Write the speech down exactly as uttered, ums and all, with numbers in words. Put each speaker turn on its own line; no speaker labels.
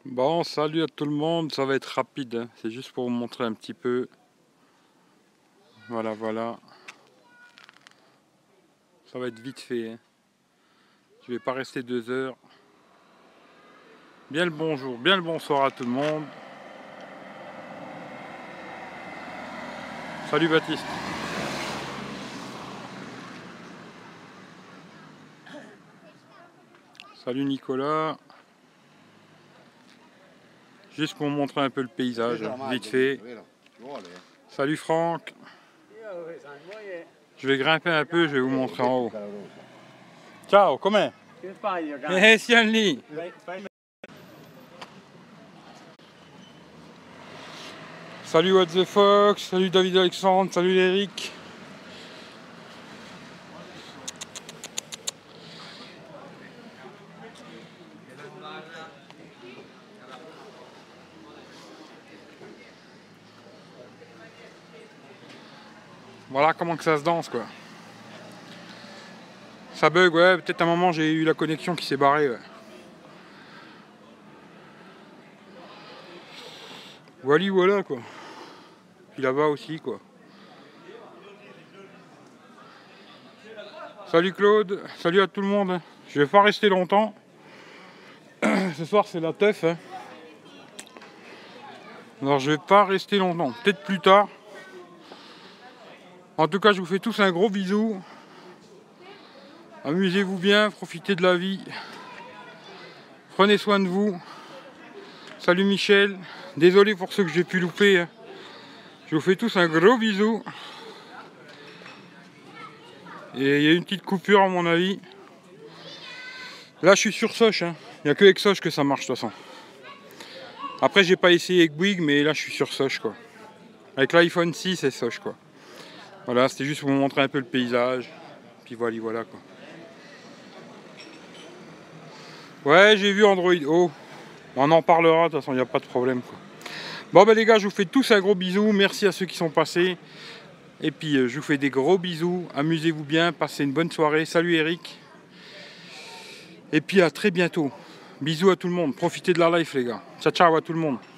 Bon, salut à tout le monde, ça va être rapide, hein. C'est juste pour vous montrer un petit peu. Voilà, voilà. Ça va être vite fait, hein. Je vais pas rester deux heures. Bien le bonjour, bien le bonsoir à tout le monde. Salut Baptiste. Salut Nicolas. Juste pour vous montrer un peu le paysage, vite fait. Salut Franck. Je vais grimper un peu, je vais vous montrer en haut. Ciao, com'è? Eh, siamo lì. Salut What the Fox, salut David Alexandre, salut Eric. Voilà comment que ça se danse quoi. Ça bug, ouais, peut-être à un moment j'ai eu la connexion qui s'est barrée. Ouais. Voilà, voilà quoi. Puis là-bas aussi quoi. Salut Claude, salut à tout le monde. Je vais pas rester longtemps. Ce soir c'est la teuf. Hein. Alors je vais pas rester longtemps, peut-être plus tard. En tout cas je vous fais tous un gros bisou. Amusez-vous bien, profitez de la vie. Prenez soin de vous. Salut Michel. Désolé pour ceux que j'ai pu louper. Hein. Je vous fais tous un gros bisou. Et il y a une petite coupure à mon avis. Là je suis sur Soch. Hein. Il n'y a que avec Soch que ça marche de toute façon. Après j'ai pas essayé avec Bouygues mais là je suis sur Soch quoi. Avec l'iPhone six et Soch quoi. Voilà, c'était juste pour vous montrer un peu le paysage. Puis voilà, voilà quoi. Ouais, j'ai vu Android. Oh, on en parlera, de toute façon, il n'y a pas de problème quoi. Bon ben les gars, je vous fais tous un gros bisou. Merci à ceux qui sont passés. Et puis euh, je vous fais des gros bisous. Amusez-vous bien, passez une bonne soirée. Salut Eric. Et puis à très bientôt. Bisous à tout le monde. Profitez de la life les gars. Ciao ciao à tout le monde.